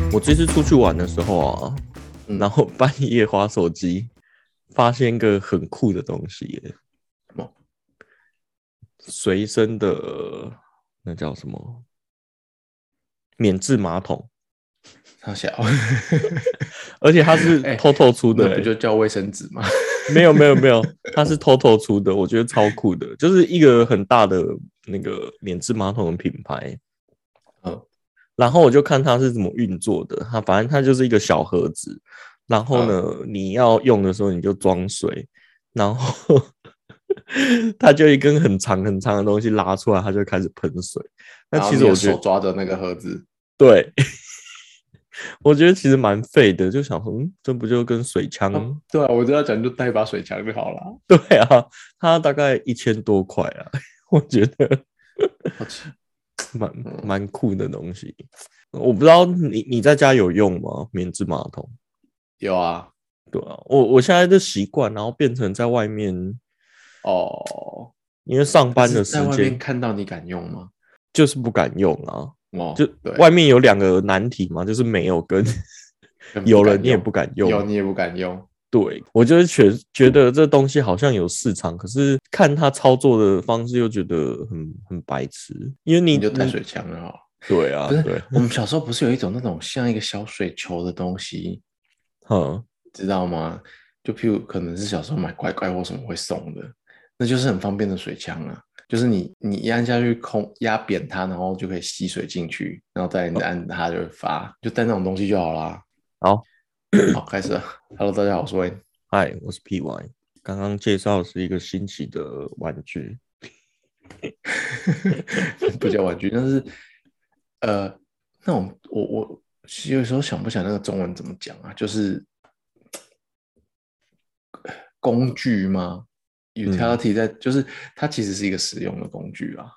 我这次出去玩的时候啊，然后半夜滑手机，发现一个很酷的东西耶，随身的那叫什么免治马桶， 他小， 而且它是偷偷出的那不耶， 就叫卫生纸吗？ 没有，它是偷偷出的，我觉得超酷的，就是一个很大的那个免治马桶的品牌。然后我就看它是怎么运作的，反正它就是一个小盒子，然后呢，你要用的时候你就装水，然后它就一根很长很长的东西拉出来，它就开始喷水。那然后你的其实我觉得， 手抓着那个盒子， 对，我觉得其实蛮废的，就想说，这不就跟水枪？ 对啊，我就要讲就带一把水枪就好了。 对啊，它大概1000多块啊，我觉得好奇， 蛮酷的东西。我不知道你在家有用吗？免治马桶？ 有啊， 对啊，我现在的习惯，然后变成在外面， 哦， 因为上但班的是在外面时间看到你敢用吗？ 就是不敢用啊。就对， 外面有两个难题嘛，就是没有跟更不有了你也敢用， 不敢用。 有你也不敢用， 对，我就是觉得这东西好像有市场，可是看他操作的方式又觉得很白痴，因为你你就带水枪就好。 对啊， 不是， 对， 我们小时候不是有一种那种像一个小水球的东西， 嗯， 知道吗？就譬如可能是小时候买乖乖或什么会送的，那就是很方便的水枪啊。就是你一按下去压扁它，然后就可以吸水进去，然后再按它就会发，就带那种东西就好啦。 好， 好，开始了。Hello，大家好，我是 Wayne。 嗨，我是 PY，刚刚介绍的是一个新奇的玩具， 不叫玩具，但是那种我其实有时候想不起来那个中文怎么讲啊，就是工具吗嗯。 ？utility 就是它其实是一个实用的工具啊。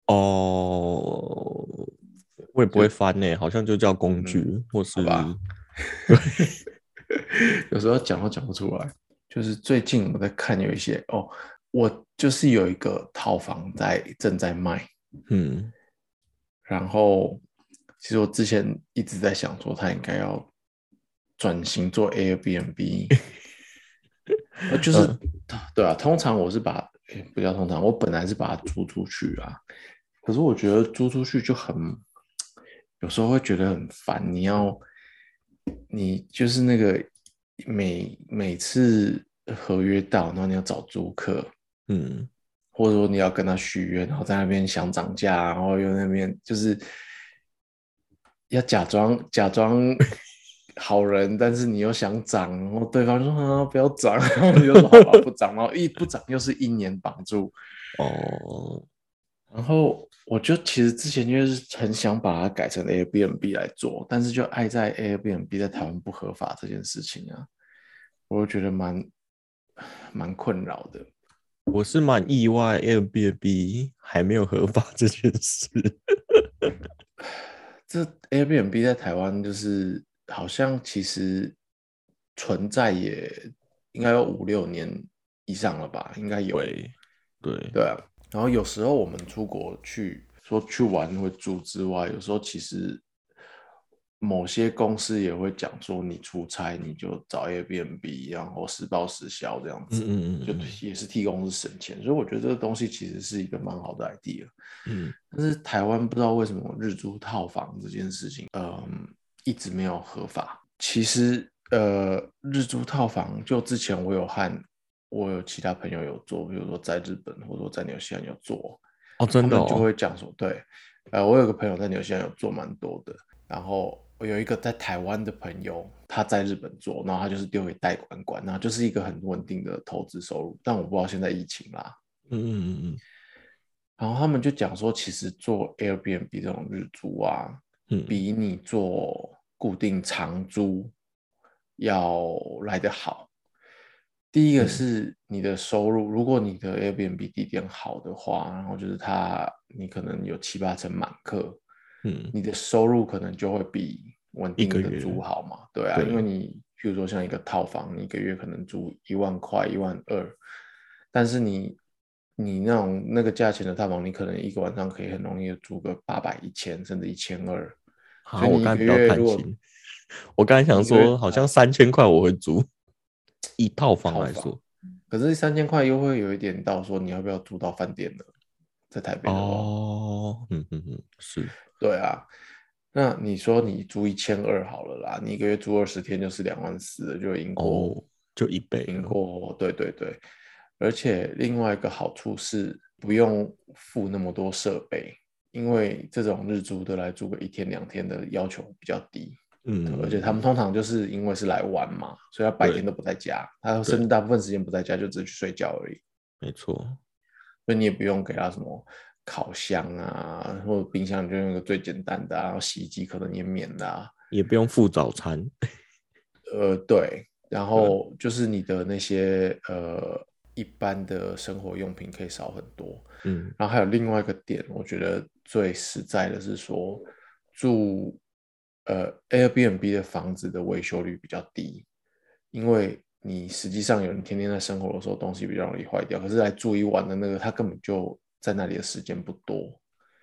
哦，我也不会就翻呢，好像就叫工具，或是好吧， 对， 有时候讲都讲不出来。就是最近我在看有一些我就是有一个套房正在卖， 嗯， 然后其实我之前一直在想说，他应该要转型做 Airbnb，就是嗯， 对啊，通常我是不叫通常，我本来是把它租出去啊，可是我觉得租出去就有时候会觉得很烦，你就是那个每次合约到，然后你要找租客， 嗯， 或者说你要跟他续约，然后在那边想涨价，然后又那边就是要假装好人，但是你又想涨，然后对方说不要涨，然后你就说好吧不涨，然后一不涨又是1年绑住， 哦， 然后我就其实之前就是很想把它改成 Airbnb 来做，但是就爱在 Airbnb 在台湾不合法这件事情啊，我就觉得蛮困扰的。 我是蛮意外，Airbnb 还没有合法这件事。 这 Airbnb 在台湾就是好像其实存在也应该有5、6年以上了吧，应该有。 对，对， 对啊，然后有时候我们出国去玩会住之外，有时候其实某些公司也会讲说，你出差你就找 Airbnb，然后实报实销这样嗯子，就嗯嗯也是替公司省钱。所以我觉得这个东西其实是一个蛮好的 idea。 嗯但是台湾不知道为什么日租套房这件事情，一直没有合法。其实，日租套房就之前我有其他朋友有做，比如说在日本或者说在纽西兰有做， 哦， 他们就真的哦， 会讲说，对，我有个朋友在纽西兰有做蛮多的，然后我有一个在台湾的朋友，他在日本做，然后他就是丢给代管管，然后就是一个很稳定的投资收入，但我不知道现在疫情啦， 嗯然后他们就讲说，其实做 Airbnb 这种日租啊， 嗯比你做固定长租要来得好。第一个嗯是你的收入，如果你的 Airbnb 地点好的话，然后就是你可能有7、8成满客， 嗯， 你的收入可能就会比稳一定的个月， 租好嘛，对啊，因为对， 譬如说像一个套房，你一个月可能租1万块、1万2，但是你那个价钱的套房，你可能一个晚上可以很容易租个800、1000甚至1200， 好， 所以你一个我刚才比较月如果贪心，我刚才想说，好像3000块我会租，以套房套房， 来说。 可是3000块又会有一点到说你要不要住到饭店呢？在台北的话， 哦，是， 对啊，那你说你租1200好了啦，你一个月租20天就是24000了，就赢过， 哦，就1倍赢了。 过，对对对。而且另外一个好处是不用付那么多设备，因为这种日租的来租个1天2天的要求比较低。而且他们嗯， 通常就是因为是来玩嘛，所以他白天对都不在家，他甚对， 至大部分时间不在家，就只是去睡觉而已。 没错。 所以你也不用给他什么烤箱啊，或者冰箱，你就用一个最简单的啊，然后洗衣机可能也免的啊。 也不用付早餐。 对，然对， 后就是你的那些一般的生活用品可以少很多。 嗯然后还有另外一个点，我觉得最实在的是说，住Airbnb 的房子的维修率比较低，因为你实际上有人天天在生活的时候，东西比较容易坏掉。可是来住一晚的那个，他根本就在那里的时间不多。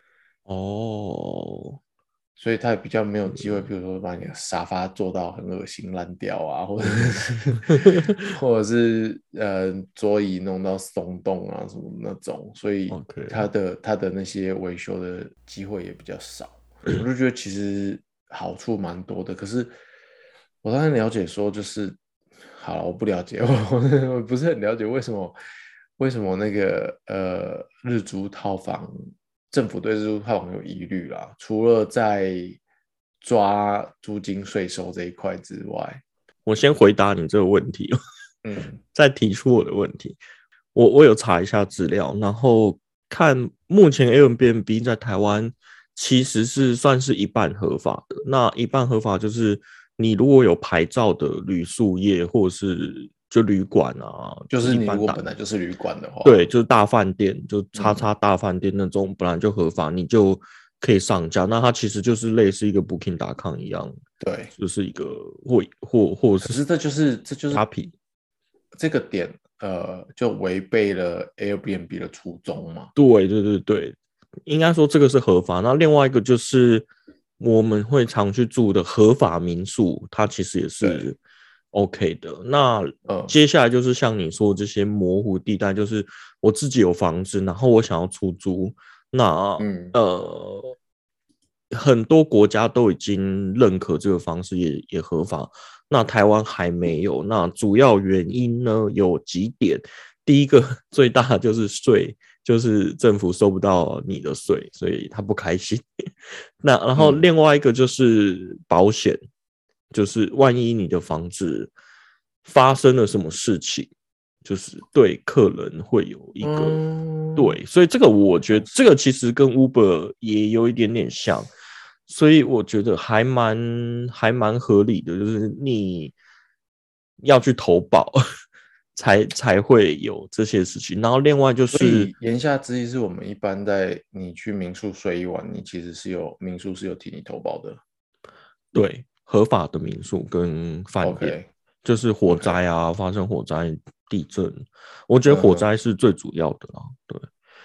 哦， 所以他也比较没有机会，比如说把你的沙发做到很恶心烂掉啊，或者嗯是或者是桌椅弄到松动啊什么那种，所以他 ，OK， 的那些维修的机会也比较少。我就觉得其实好处蛮多的，可是我当然了解说就是好了，我不了解，我不是很了解为什么那个日租套房政府对日租套房有疑虑啦，除了在抓租金税收这一块之外， 我先回答你这个问题， 嗯， 再提出我的问题。我有查一下资料，然后看目前 Airbnb 在台湾其实是算是一半合法的。那一半合法就是你如果有牌照的旅宿业或者是就旅馆啊， 就是你如果一般大本来就是旅馆的话， 对，就是大饭店，就叉嗯， 叉大饭店那种本来就合法，你就可以上架。那它其实就是类似一个 Booking.com 一样， 对。 就是一个或是可是这就是虾皮。 这个点，就违背了 Airbnb 的初衷嘛。 对对对对，应该说这个是合法。那另外一个就是我们会常去住的合法民宿，它其实也对， 是 OK 的。那嗯接下来就是像你说这些模糊地带，就是我自己有房子，然后我想要出租，那嗯很多国家都已经认可这个方式也合法，那台湾还没有。那主要原因呢有几点，第一个最大的就是税，就是政府收不到你的税，所以他不开心。那然后嗯另外一个就是保险，就是万一你的房子发生了什么事情，就是对客人会有一个嗯， 对，所以这个我觉得懂事， 这个其实跟 Uber 也有一点点像，所以我觉得还蛮合理的，就是你要去投保才会有这些事情。然后另外就所是以言下之意是我们一般在你去民宿睡一晚，你其实是有民宿是有替你投保的。 对合法的民宿跟饭店， OK 就是火 OK， 灾啊，发生火灾、地震，我觉得火嗯哼灾是最主要的啦。对。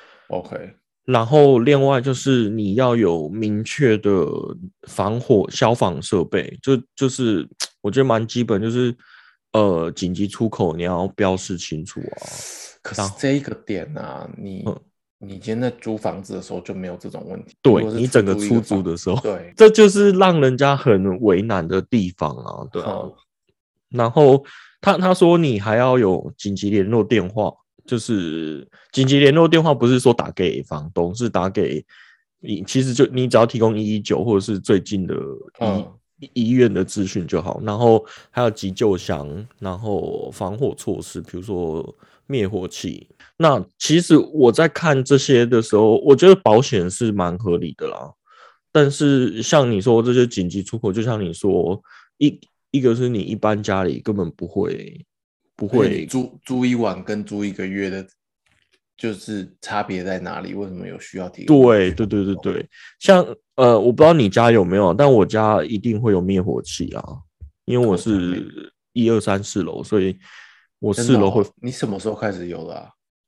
OK， 然后另外就是你要有明确的防火消防设备，就是我觉得蛮基本，就是紧急出口你要标示清楚啊。 可然后是这一个点啊，你嗯， 你今天在租房子的时候就没有这种问题。你如果是对你整个出租一出租个房子， 的时候， 对， 这就是让人家很为难的地方啊，对啊。 哼， 然后他说你还要有紧急联络电话，就是紧急联络电话不是说打给房东，是打给你，其实就你只要提供119或者是最近的医嗯医院的资讯就好。然后还有急救箱，然后防火措施，比如说灭火器。那其实我在看这些的时候，我觉得保险是蛮合理的啦。但是像你说这些紧急出口，就像你说一个是你一般家里根本不而且你会租一晚跟租一个月的，就是差别在哪里？为什么有需要提供这个对对选择？ 对对对，像我不知道你家有没有，但我家一定会有灭火器啊，因为我我家没， 是1、2、3、4楼，所以我4楼会真的哦？你什么时候开始有的啊？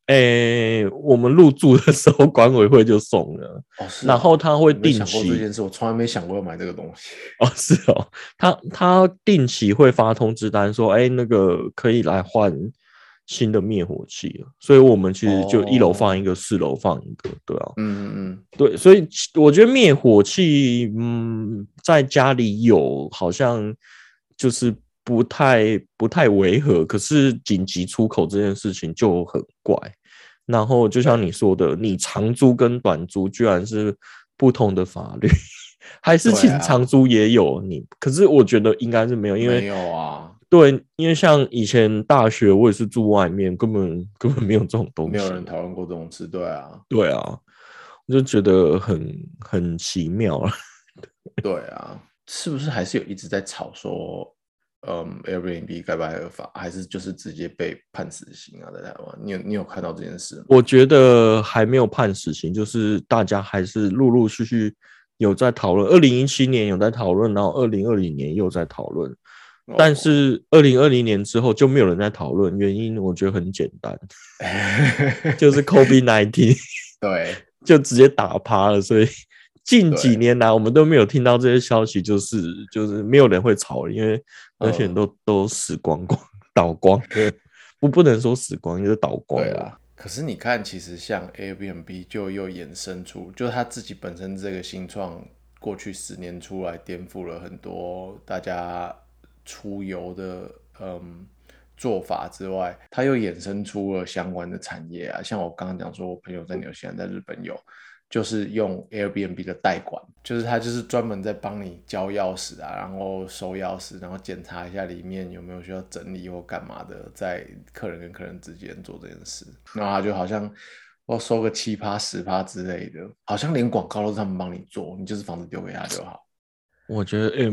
我们入住的时候管委会就送了， 是然后他会定没想过这期件事，我从来没想过要买这个东西。 是哦，他定期会发通知单说，那个可以来换新的灭火器了，所以我们其实就1楼放一个，4楼放一个，对啊，对，所以我觉得灭火器，在家里有好像就是不太违和，可是紧急出口这件事情就很怪。然后就像你说的，你长租跟短租居然是不同的法律，还是其实长租也有可是我觉得应该是没有，因为没有啊。 对，因为像以前大学我也是住外面，根本没有这种东西， 没有人讨论过这种事，对啊， 对啊，我就觉得很奇妙了。 对啊，是不是还是有一直在吵说，Airbnb 该不该合法，还是就是直接被判死刑啊？在台湾，你有看到这件事吗？ 我觉得还没有判死刑，就是大家还是陆陆续续有在讨论。2017年有在讨论，然后2020年又在讨论，但是2020年之后就没有人在讨论。原因我觉得很简单，就是 COVID-19， 对， 就直接打趴了。所以近几年来我们都没有听到这些消息，就是没有人会吵，因为那些人都死光光、倒光了。不能说死光，就是倒光了。 对啊，可是你看，其实像 Airbnb 就又衍生出，就是他自己本身这个新创，过去10年出来颠覆了很多大家出游的做法之外，它又衍生出了相关的产业啊。像我刚刚讲说，我朋友在纽西兰、在日本有，就是用 Airbnb 的代管，就是他就是专门在帮你交钥匙啊，然后收钥匙，然后检查一下里面有没有需要整理或干嘛的，在客人跟客人之间做这件事。然后他就好像要收个7%、10%之类的，好像连广告都是他们帮你做，你就是房子丢给他就好。 我觉得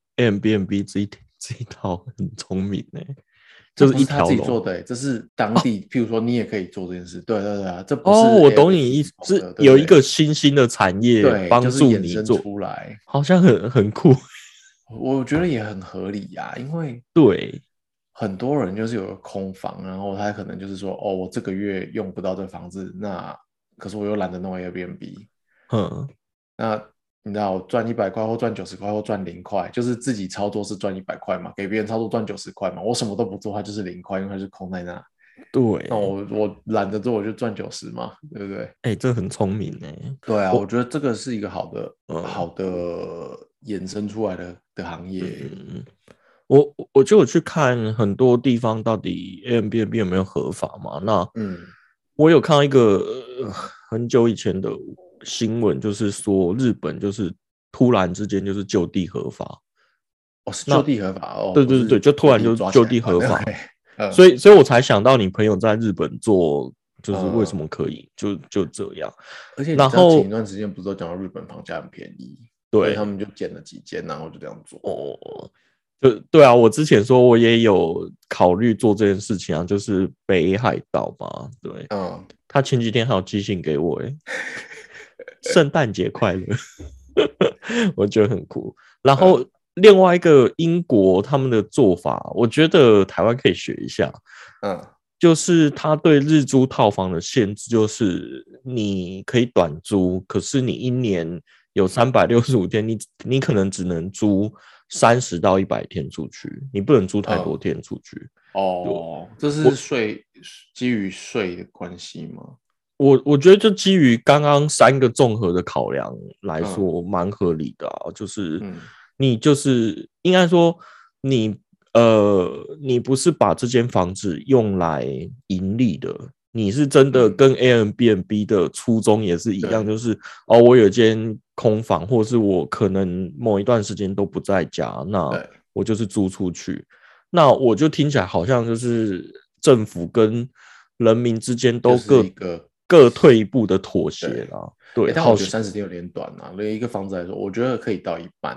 Airbnb 这一套很聪明就是一条龙。 这不是他自己做的，这是当地，譬如说你也可以做这件事。对对对啊，这不是我懂你意思，是有一个新兴的产业帮助你做， 出来， 好像很酷。 我觉得也很合理呀，因为对很多人就是有个空房，然后他可能就是说，我这个月用不到这房子，那可是我又懒得弄 Airbnb，那你知道赚100块或赚90块或赚0块，就是自己操作是赚100块嘛，给别人操作赚90块嘛，我什么都不做，它就是0块，因为它是空在那。 对， 那我懒得做，我就赚90嘛，对不对？ 这很聪明对啊，我觉得这个是一个好的衍生出来的行业。 我就有去看很多地方到底 Airbnb 有没有合法嘛？那我有看到一个很久以前的新闻，就是说日本就是突然之间就是就地合法。 是就地合法哦。 对，就突然就地合法。所以我才想到你朋友在日本做，就是为什么可以就这样。 而且你知道前一段时间不是都讲到日本房价很便宜， 对， 所以他们就捡了几间，然后就这样做。 对啊，我之前说我也有考虑做这件事情啊，就是北海道嘛，对，他前几天还有寄信给我，圣诞节快乐，我觉得很酷。然后另外一个英国他们的做法，我觉得台湾可以学一下，就是他对日租套房的限制，就是你可以短租，可是你一年有365天，你可能只能租30到100天出去，你不能租太多天出去。 这是基于税的关系吗？ 我觉得就基于刚刚3个综合的考量来说，蛮合理的啊。就是你就是应该说你不是把这间房子用来盈利的，你是真的跟 Airbnb 的初衷也是一样，就是我有间空房，或是我可能某一段时间都不在家，那我就是租出去。那我就听起来好像就是政府跟人民之间都各退一步的妥协啦。对， 但我觉得30天有点短啊。对一个房子来说，我觉得可以到1半。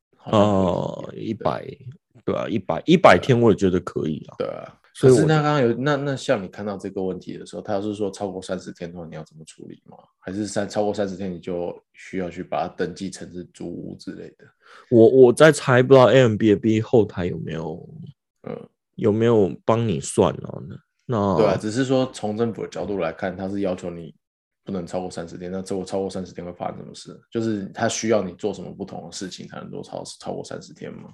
100，对啊，100天我也觉得可以啊。 对啊，可是那刚刚那像你看到这个问题的时候，他要是说超过30天的话，你要怎么处理吗？还是超过30天你就需要去把它登记成是租屋之类的？ 我在猜，不知道 Airbnb 后台有没有帮你算啊？ 对啊， 那只是说从政府的角度来看，他是要求你不能超过30天，那如果超过30天会发生什么事？就是他需要你做什么不同的事情才能做超过30天吗？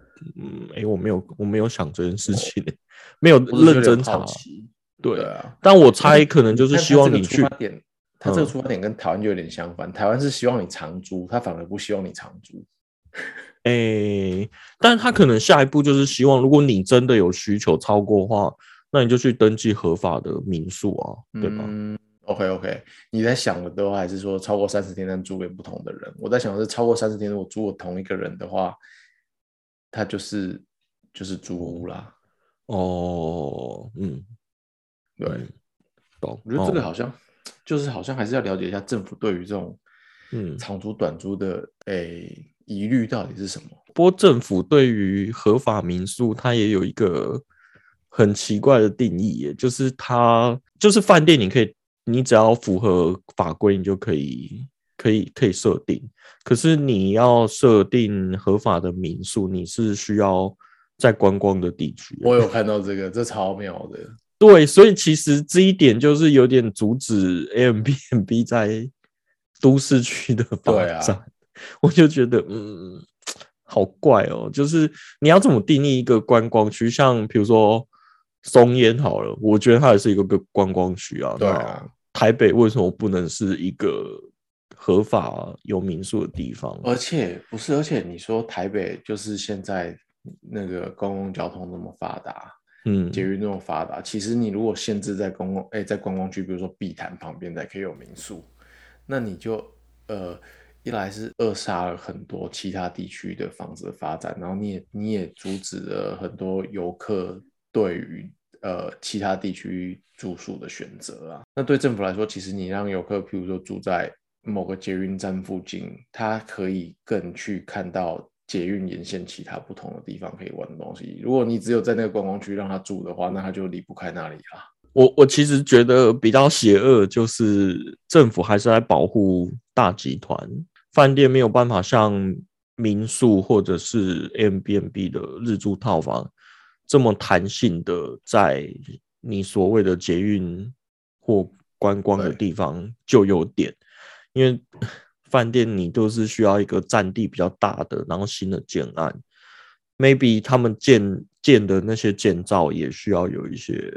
我没有想这件事哦， 情，没有我只是有点认真查。 好奇。对对， 啊， 但我但是猜可能就是希你看他这个望你去， 出发点，他这个嗯， 出发点跟台湾就有点相反，台湾是希望你长租，他反而不希望你长租。 诶，但他可能下一步就是希望，如果你真的有需求超过的话，那你就去登记合法的民宿啊，对吧？ 嗯，OK OK，你在想的都还是说超过30天能租给不同的人？我在想的是超过30天，如果租给同一个人的话，他就是租屋啦。 哦， 对， 嗯，懂我觉得这个哦， 好像还是要了解一下政府对于这种嗯。 长租短租的疑虑到底是什么。 不过政府对于合法民宿，它也有一个很奇怪的定义耶，就是它就是饭店，你只要符合法规，你就可以设定。可是你要设定合法的民宿，你是需要在观光的地区耶。 我有看到这个，这超妙的。 对，所以其实这一点就是有点阻止 Airbnb 在都市区的发展。 对啊， 我就觉得，好怪哦。就是你要怎么定义一个观光区？像比如说松烟好了，我觉得它也是一个观光区啊。那对啊， 台北为什么不能是一个合法有民宿的地方？ 而且不是，而且你说台北就是现在那个公共交通那么发达，捷嗯， 运那么发达，其实你如果限制在观光区，比如说碧潭旁边才可以有民宿，那你就一来是扼杀了很多其他地区的房子的发展，然后你也阻止了很多游客对于其他地区住宿的选择啊。那对政府来说，其实你让游客，譬如说住在某个捷运站附近，他可以更去看到捷运沿线其他不同的地方可以玩的东西。如果你只有在那个观光区让他住的话，那他就离不开那里啦。 我其实觉得比较邪恶，就是政府还是在保护大集团，饭店没有办法像民宿或者是 Airbnb 的日租套房这么弹性的在你所谓的捷运或观光的对， 地方就有点，因为饭店你都是需要一个占地比较大的，然后新的建案，maybe 他们建的那些建造也需要有一些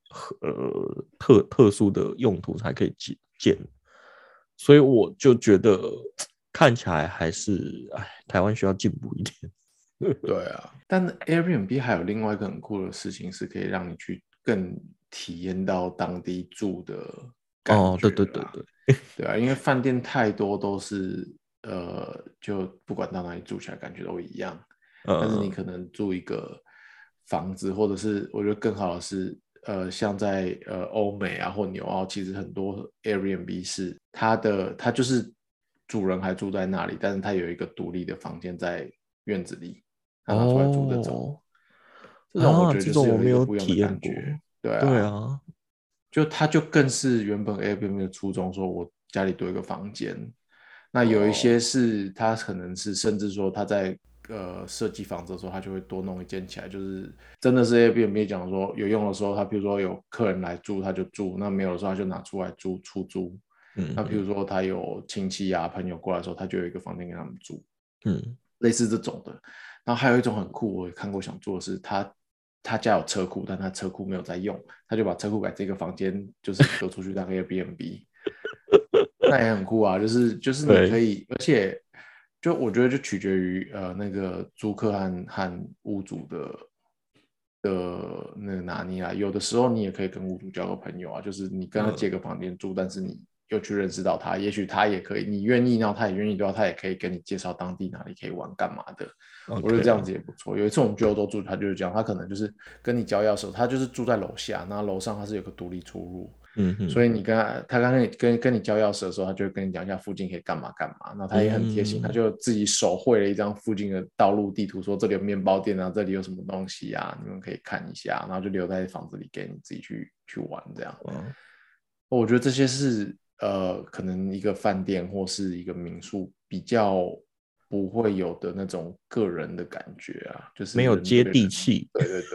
特殊的用途才可以建，所以我就觉得看起来还是台湾需要进步一点。 对啊，但 Airbnb 还有另外一个很酷的事情，是可以让你去更体验到当地住的感哦，对觉啦。 对对对， 对啊，因为饭店太多都是就不管到哪里住起来感觉都一样，但是你呃， 可能住一个房子，或者是我觉得更好的是，像在欧美啊或纽澳，其实很多 Airbnb 是它就是主人还住在那里，但是它有一个独立的房间在院子里，他拿出来租这种， 哦这种我觉得就是这种我没有一个不一样的有体验感觉。 过。 对啊， 对啊， 它就更是原本 Airbnb 的初衷，说我家里多一个房间。那有一些哦是他可能是甚至说他在设计房子的时候，他就会多弄一间起来，就是真的是 Airbnb 讲说有用的时候，他比如说有客人来住他就住，那没有的时候他就拿出来出租。那比如嗯嗯说他有亲戚啊朋友过来的时候，他就有一个房间给他们住， 嗯， 类似这种的。然后还有一种很酷，我也看过想做的是他家有车库，但他车库没有在用，他就把车库改这个房间，就是隔出去当 Airbnb。那也很酷啊，就是你可对， 以，而且就我觉得就取决于那个租客和屋主的那个拿捏啊，有的时候你也可以跟屋主交个朋友啊，就是你跟他借个房间住，但是你又去认识到他，也许他也可以，你愿意，然后他也愿意的话，他也可以跟你介绍当地哪里可以玩干嘛的。我觉得这样 ，OK， 子也不错。有一次我们就都住，他就是这样，他可能就是跟你交钥匙，他就是住在楼下，那楼上他是有个独立出入， 嗯哼， 所以你他刚跟你交钥匙的时候，他就会跟你讲一下附近可以干嘛干嘛。然后他也很贴心，他嗯就自己手绘了一张附近的道路地图，说这里有面包店啊，这里有什么东西啊，你们可以看一下。然后就留在房子里给你自己去玩这样。 啊， 我觉得这些是可能一个饭店或是一个民宿比较不会有的那种个人的感觉啊，就是没有接人对人， 地气。 对对对。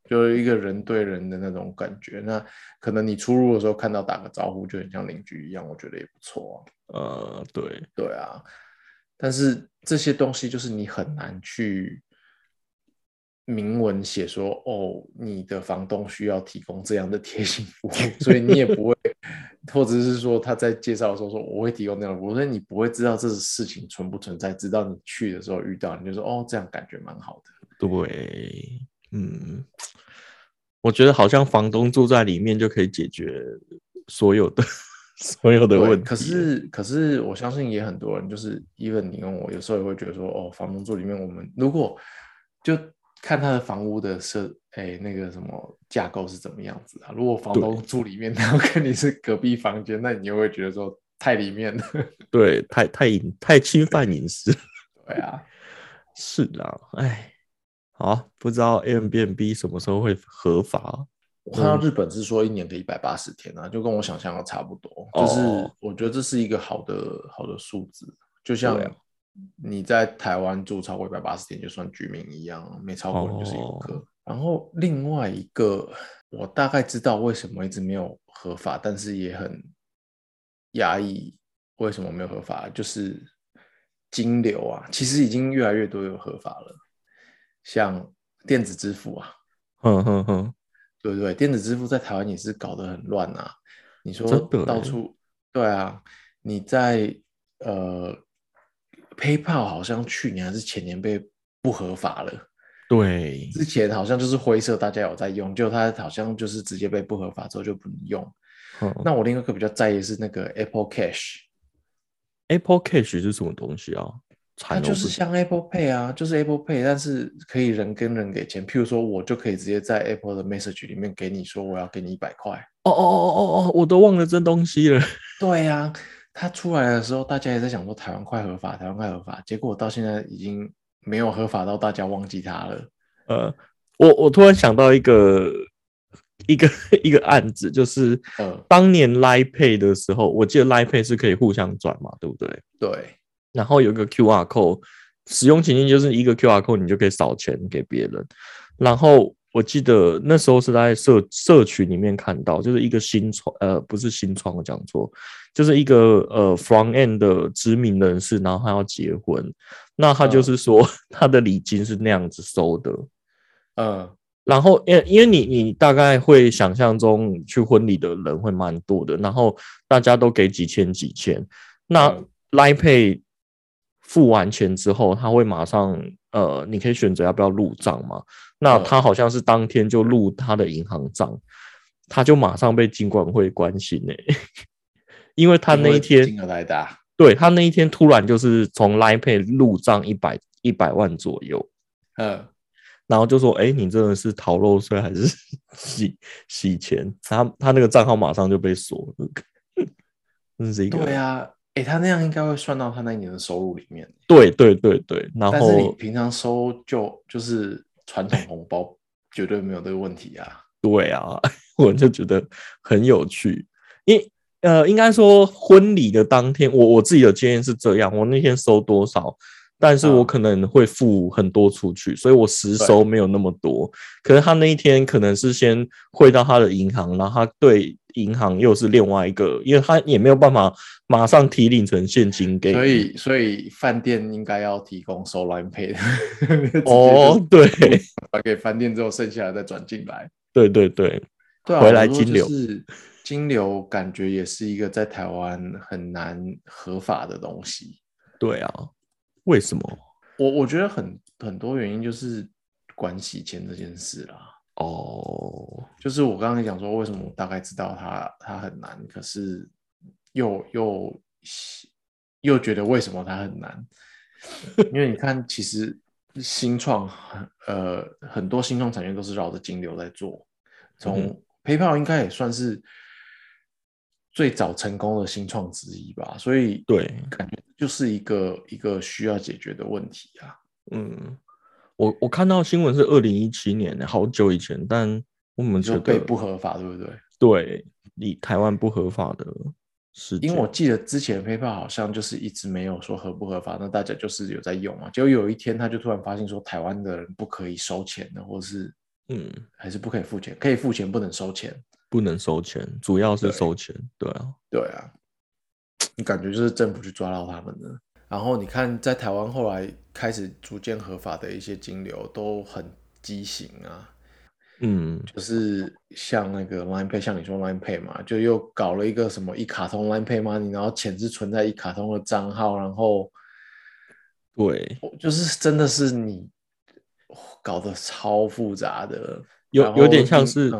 就是一个人对人的那种感觉。那可能你出入的时候看到打个招呼，就很像邻居一样，我觉得也不错对， 对啊，但是这些东西就是你很难去明文写说，哦，你的房东需要提供这样的贴心服务，所以你也不会，或者是说他在介绍的时候说我会提供那样的服务，所以你不会知道这事情存不存在，直到你去的时候遇到，你就说哦，这样感觉蛮好的。 对，我觉得好像房东住在里面就可以解决所有的所有的对， 问题了。 可是我相信也很多人就是 even 你跟我有时候也会觉得说，哦，房东住里面，我们如果就看他的房屋的那个什么架构是怎么样子啊？如果房东对住里面，然后跟你是隔壁房间，那你又会觉得说太里面了。 对，太侵犯隐私。 对啊， 是啦，哎，好，不知道 Airbnb 什么时候会合法？ 我看到日本是说一年可以180天啊，就跟我想象的差不多。就是哦， 我觉得这是一个好的数字，就像对啊， 你在台湾住超过180天就算居民一样，没超过你就是游哦， 客。然后另外一个，我大概知道为什么一直没有合法，但是也很压抑，为什么没有合法，就是金流啊，其实已经越来越多有合法了，像电子支付啊。 哼哼哼， 对不对？电子支付在台湾也是搞得很乱啊。你真说的哎， 到处，对啊，你在呃，PayPal 好像去年还是前年被不合法了。 对， 之前好像就是灰色，大家有在用，就它好像就是直接被不合法之后就不能用。 哼那我另外一个比较在意的是那个 Apple Cash， ，Apple Cash 是什么东西啊？ 它惨了，我不知。 就是像 Apple Pay 啊，就是 Apple Pay，但是可以人跟人给钱。譬如说，我就可以直接在 Apple 的 Message 里面给你说我要给你100块。 我都忘了这东西了。 对呀，它出来的时候，大家也在想说台湾快合法，台湾快合法，结果到现在已经没有合法到大家忘记它了。 呃，我突然想到一个一个案子，就是嗯， 当年 Line Pay 的时候，我记得 Line Pay 是可以互相转嘛，对不对？ 对， 然后有一个 QR code，使用情境就是一个 QR code，你就可以扫钱给别人。然后我记得那时候是在社群里面看到，就是一个不是新创，我讲错，就是一个front end 的知名人士，然后他要结婚，那他就嗯是说他的礼金是那样子收的。 嗯然后，因为你大概会想象中去婚礼的人会蛮多的，然后大家都给几千几千，那嗯 Line Pay 付完钱之后，他会马上你可以选择要不要入账嘛？那他嗯， 好像是当天就入他的银行账，他就马上被金管会关心因为他因那一天， 为金额太大。 对他那一天突然就是从 Line Pay 入账一百万左右。 嗯， 然后就说：“哎，你真的是逃漏税还是洗钱？”他那个账号马上就被锁了，真是一个对啊，诶，他那样应该会算到他那一年的收入里面， 对对对对。然但是你后平常收就是传统红包，绝对没有这个问题啊。 对啊，我就觉得很有趣，应该说婚礼的当天，我自己的经验是这样，我那天收多少，但是我嗯， 可能会付很多出去，所以我实收对， 没有那么多。可是他那一天可能是先汇到他的银行，然后他对银行又是另外一个，因为他也没有办法马上提领成现金给你。 所以饭店应该要提供收 Line Pay 的，直接就是哦，对转给饭店之后，剩下的再转进来。 对对对， 对啊， 回我说就来金流， 是金流，感觉也是一个在台湾很难合法的东西。 对啊，为什么？ 我觉得很多原因就是管洗钱这件事啦。 哦， 就是我刚刚讲说，为什么我大概知道它很难，可是又又觉得为什么它很难？因为你看，其实很多新创产业都是绕着金流在做， 嗯哼， 从 PayPal 应该也算是最早成功的新创之一吧，所以对， 感觉就是一个需要解决的问题啊。 嗯。我看到新闻是2017年，好久以前，但我们你说被觉得不合法，对不对？ 对你台湾不合法的事件， 因为我记得之前 PayPal 好像就是一直没有说合不合法，那大家就是有在用嘛。结果有一天他就突然发现说台湾的人不可以收钱的，或是还是不可以付钱？可以付钱，不能收钱。 不能收钱，主要是收钱。对啊， 对啊，你感觉就是政府去抓到他们了。然后你看，在台湾后来开始逐渐合法的一些金流都很畸形啊。就是像那个 Line Pay， 像你说 Line Pay 嘛，就又搞了一个什么一卡通 Line Pay Money，然后钱是存在一卡通的账号，然后对， 就是真的是你搞得超复杂的， 有点像是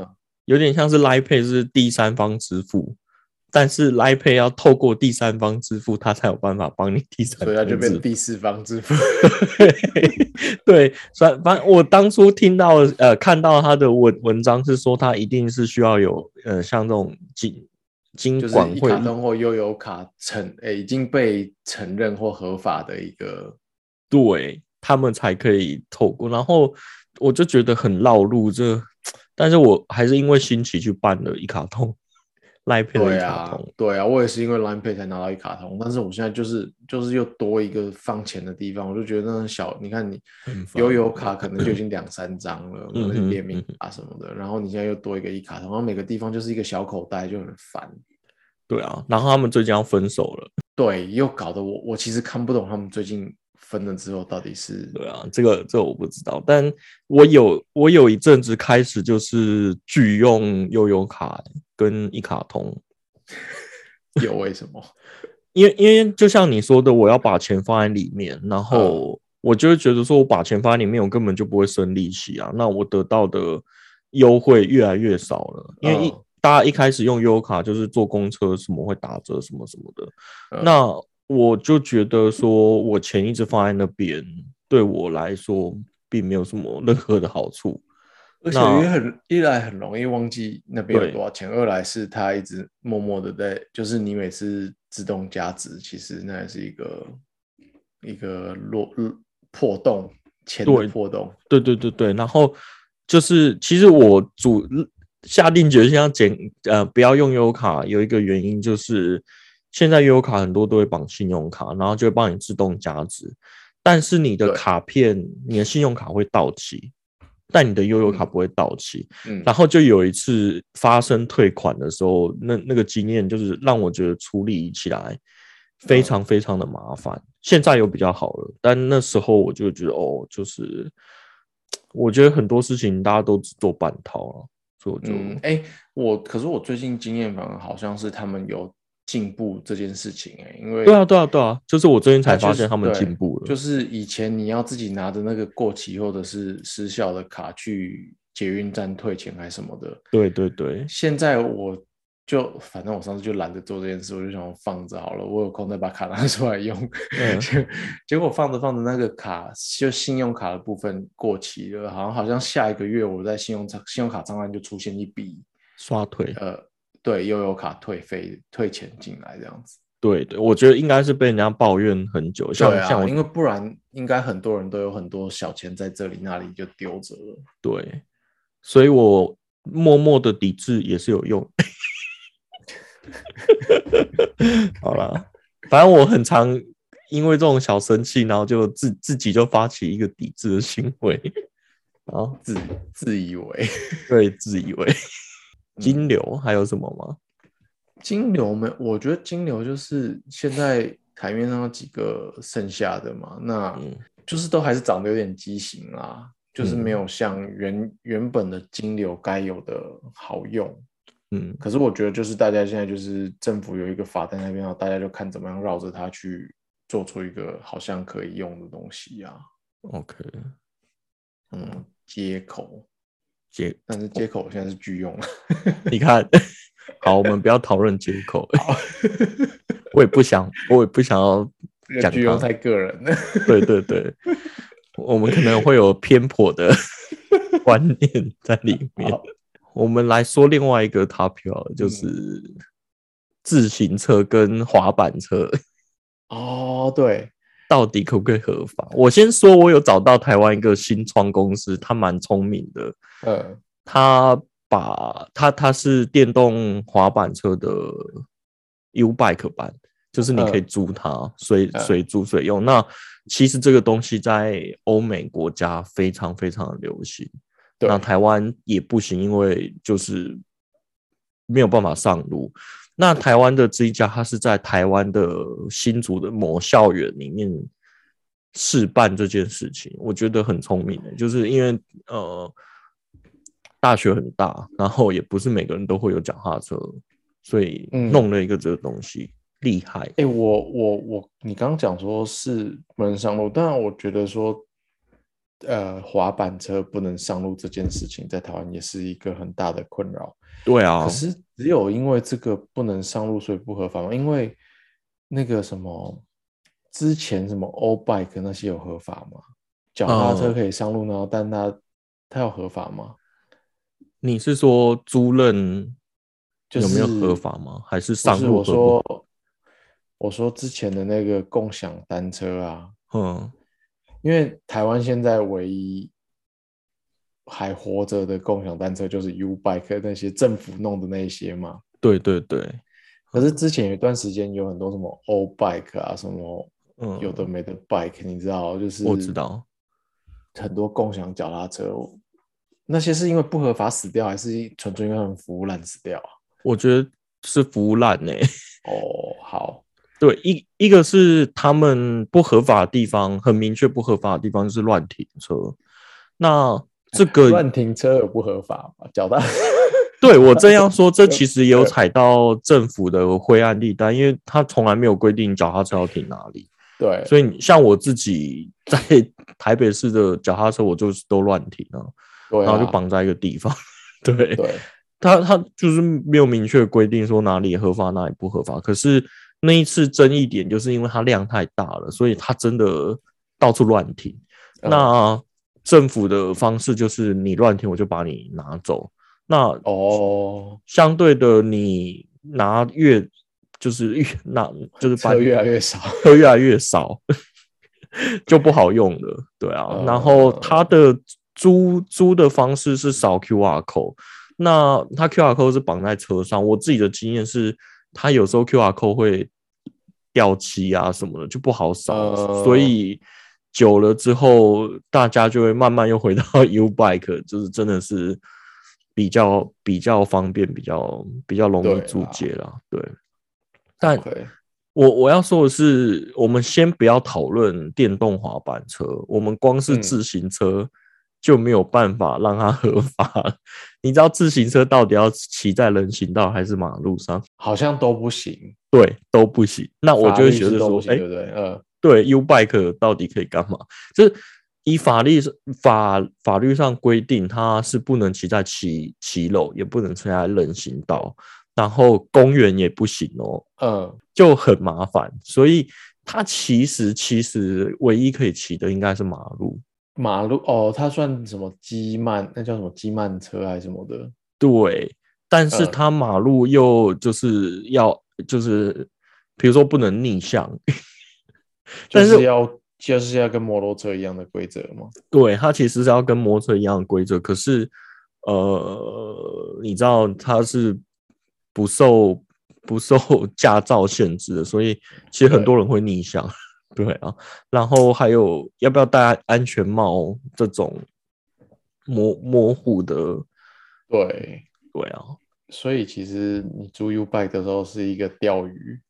Line Pay 是第三方支付，但是 Line Pay 要透过第三方支付，它才有办法帮你第三方支付， 所以它就变第四方支付。 对，反正我当初听到看到他的文章是说，他一定是需要有像这种金管会， 就是一卡通或悠游卡已经被承认或合法的一个， 对他们才可以透过。然后我就觉得很绕路，但是我还是因为新奇去办了一卡通。Line Pay 的一卡通， 对啊，我也是因为 Line Pay 才拿到一卡通，但是我现在就是又多一个放钱的地方，我就觉得那你看你悠游卡可能就已经2-3张了，那是联名卡什么的，然后你现在又多一个一卡通，然后每个地方就是一个小口袋，就很烦。 对啊，然后他们最近要分手了， 对，又搞得我其实看不懂他们最近分了之后到底是。 对啊，这个我不知道，但我有一阵子开始就是拒用悠游卡跟一卡通。 有为什么？ 因为就像你说的，我要把钱放在里面，然后我就会觉得说，我把钱放在里面，我根本就不会生利息啊，那我得到的优惠越来越少了。因为大家一开始用悠游卡就是坐公车什么会打折什么什么的，那我就觉得说我钱一直放在那边，对我来说并没有什么任何的好处。 而且一来很容易忘记那边有多少钱，二来是它一直默默的在，就是你每次自动加值，其实那也是一个破洞，钱的破洞。 对，然后就是其实我下定决心要不要用悠游卡，有一个原因就是现在悠游卡很多都会绑信用卡，然后就会帮你自动加值，但是你的卡片，你的信用卡会到期。但你的悠游卡不会到期，然后就有一次发生退款的时候，那个经验就是让我觉得处理起来非常非常的麻烦。现在有比较好了，但那时候我就觉得就是我觉得很多事情大家都只做半套啊，所以我就可是我最近经验反而好像是他们有进步这件事情因为对啊，就是我最近才发现他们进步了。 就是以前你要自己拿着那个过期或者是失效的卡去捷运站退钱还是什么的。 对， 现在反正我上次就懒得做这件事，我就想放着好了，我有空再把卡拿出来用。结果放着那个卡就信用卡的部分过期了，好像下一个月我在信用卡账单就出现一笔刷退。 对，悠游卡退钱进来这样子。 对，我觉得应该是被人家抱怨很久，像我， 因为不然应该很多人都有很多小钱在这里那里就丢着了。 对，所以我默默的抵制也是有用。好啦，反正我很常因为这种小生气，然后就自己就发起一个抵制的行为，然后自以为， 对，自以为。金流还有什么吗？ 金流我觉得金流就是现在台面上几个剩下的嘛，那就是都还是长得有点畸形啦，就是没有像原本的金流该有的好用。可是我觉得就是大家现在就是政府有一个法在那边，然后大家就看怎么样绕着它去做出一个好像可以用的东西啊。 OK， 接口。但是接口现在是拒用了。 你看，好，我们不要讨论接口。我也不想要讲拒用太个人了。 对，我们可能会有偏颇的观念在里面。我们来说另外一个 topic， 就是自行车跟滑板车。 对。 到底可不可以合法？我先说，我有找到台湾一个新创公司，他蛮聪明的。他是电动滑板车的 U-Bike 版，就是你可以租它，随租随用。那其实这个东西在欧美国家非常非常的流行。 那台湾也不行，因为就是没有办法上路。那台湾的这一家，它是在台湾的新竹的某校园里面试办这件事情，我觉得很聪明的，就是因为大学很大，然后也不是每个人都会有脚踏车，所以弄了一个这个东西，厉害。 你刚刚讲说是不能上路，但我觉得说，滑板车不能上路这件事情，在台湾也是一个很大的困扰。 对啊， 可是只有因为这个不能上路，所以不合法吗？因为那个什么之前什么欧 bike 那些有合法吗？脚踏车可以上路呢，但它要合法吗？ 你是说租赁有没有合法吗？还是上路合不合？ 我说之前的那个共享单车啊， 嗯， 因为台湾现在唯一还活着的共享单车就是 U Bike 那些政府弄的那一些嘛。 对对对。 可是之前有一段时间有很多什么 O Bike 啊，什么有的没的 Bike，你知道，就是我知道很多共享脚踏车，那些是因为不合法死掉，还是纯粹因为他们服务烂死掉啊？ 我觉得是服务烂欸。 哦，好， 对，一个是他们不合法的地方，很明确不合法的地方就是乱停车。那这个乱停车有不合法吗？脚踏对我这样说，这其实也有踩到政府的灰暗地带，因为他从来没有规定脚踏车要停哪里。 对， 所以像我自己在台北市的脚踏车，我就是都乱停啊， 对啊， 然后就绑在一个地方。对， 对， 他就是没有明确规定说哪里合法哪里不合法。可是那一次争议点就是因为它量太大了，所以它真的到处乱停。那政府的方式就是你乱停我就把你拿走。那相对的你拿就是车越来越少， 车越来越少就不好用了。对啊，然后它的租的方式是扫 QR code， 那它 QR code 是绑在车上。我自己的经验是，它有时候 QR code 会掉漆啊什么的，就不好扫，所以久了之后，大家就会慢慢又回到 U Bike， 就是真的是比较方便，比较容易租借啦。对，但我要说的是，我们先不要讨论电动滑板车，我们光是自行车就没有办法让它合法。你知道自行车到底要骑在人行道还是马路上？ 好像都不行。 对，都不行。那我就会觉得说， 对不对？ 对 ，U Bike 到底可以干嘛？就是以法律上规定，它是不能骑在骑楼，也不能骑在人行道。然后公园也不行哦，就很麻烦，所以它其实唯一可以骑的应该是马路。 马路哦，它算什么机慢？那叫什么机慢车还是什么的？ 对，但是它马路又就是比如说不能逆向， 就是要跟摩托车一样的规则吗？ 对，它其实是要跟摩托车一样的规则，可是你知道它是不受驾照限制的，所以其实很多人会逆向。对啊，然后还有要不要戴安全帽这种模糊的。 对啊， 所以其实你租 U Bike 的时候是一个钓鱼。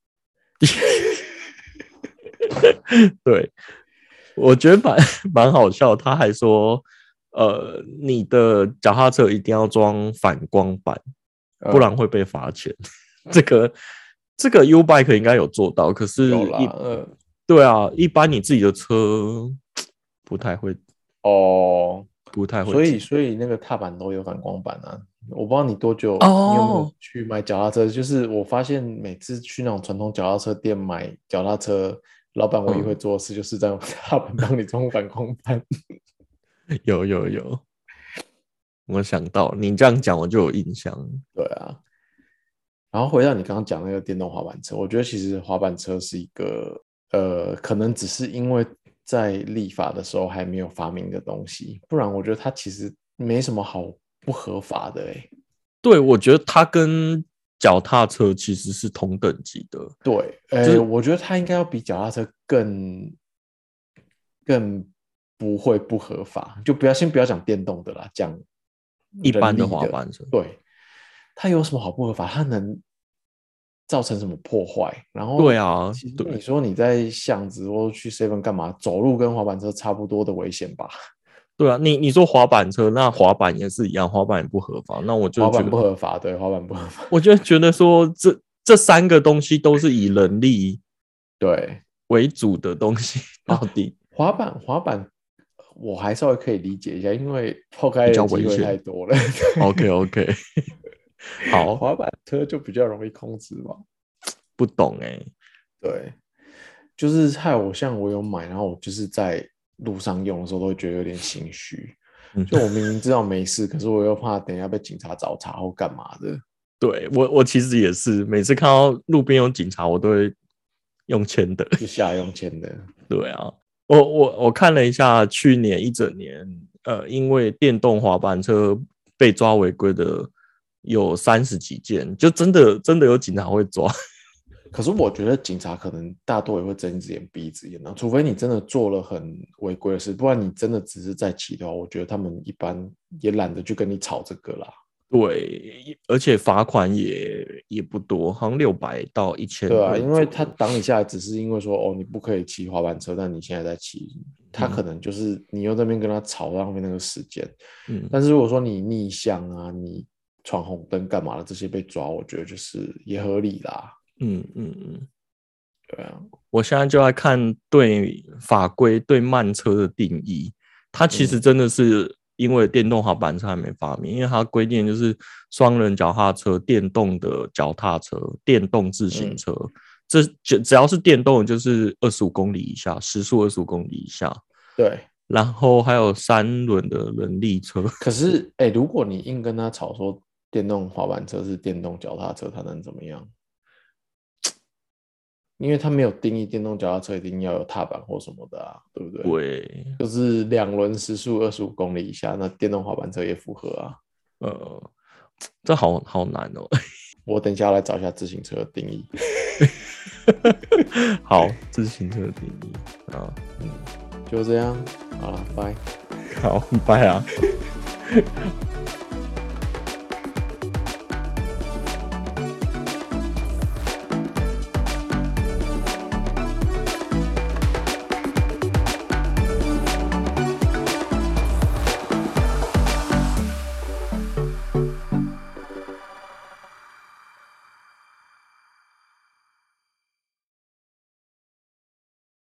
对，我觉得蛮好笑。他还说，你的脚踏车一定要装反光板，不然会被罚钱。这个 U Bike 应该有做到，可是对啊，一般你自己的车不太会不太会。 所以那个踏板都有反光板啊。我不知道你多久，你有没有去买脚踏车？就是我发现每次去那种传统脚踏车店买脚踏车，老板唯一会做的事就是在踏板帮你装反光板。 有，我想到你这样讲，我就有印象。 对啊。然后回到你刚刚讲那个电动滑板车，我觉得其实滑板车是一个可能只是因为在立法的时候还没有发明的东西，不然我觉得它其实没什么好不合法的对，我觉得它跟脚踏车其实是同等级的。 对，我觉得它应该要比脚踏车更不会不合法。就先不要讲电动的啦，讲一般的滑板车， 对，它有什么好不合法？它能造成什么破坏？然后， 对啊， 其实你说你在巷子或去 7-Eleven 干嘛？走路跟滑板车差不多的危险吧？ 对啊，你说滑板车，那滑板也是一样，滑板也不合法。那我就滑板觉得不合法，对，滑板不合法。 我就觉得说这三个东西都是以人力对为主的东西，到底滑板我还稍微可以理解一下，因为破开比的机会较危险。 太多了。 OK， 好， 滑板车就比较容易控制嘛。 不懂欸。 对，就是害我像我有买，然后我就是在路上用的时候都会觉得有点心虚。就我明明知道没事，可是我又怕等一下被警察找茬或干嘛的。 对，我其实也是，每次看到路边有警察，我都会用签的。 就下来用签的。 对啊，我看了一下，去年一整年，因为电动滑板车被抓违规的有30几件，就真的有警察会抓。 可是我觉得警察可能大多也会睁一只眼闭一只眼啊，除非你真的做了很违规的事，不然你真的只是在骑的话，我觉得他们一般也懒得去跟你吵这个啦。 对，而且罚款也不多，好像600到1000。 对啊，因为他挡你下来，只是因为说哦你不可以骑滑板车，但你现在在骑，他可能就是你又在那边跟他吵，浪费那个时间。但是如果说你逆向啊，你闯红灯干嘛的，这些被抓，我觉得就是也合理啦。对啊， 我现在就在看对法规对慢车的定义，它其实真的是因为电动滑板车还没发明，因为它规定就是双人脚踏车、电动的脚踏车、电动自行车，这只要是电动的，就是25公里以下，时速25公里以下。 对， 然后还有3轮的人力车。 可是如果你硬跟他吵说电动滑板车是电动脚踏车，他能怎么样？因为他没有定义电动脚踏车一定要有踏板或什么的啊，对不对？ 对， 就是2轮时速25公里以下，那电动滑板车也符合啊。 这好难哦。 我等一下来找一下自行车的定义。 好，自行车的定义啊， 就这样，好了，拜。 好，拜啊。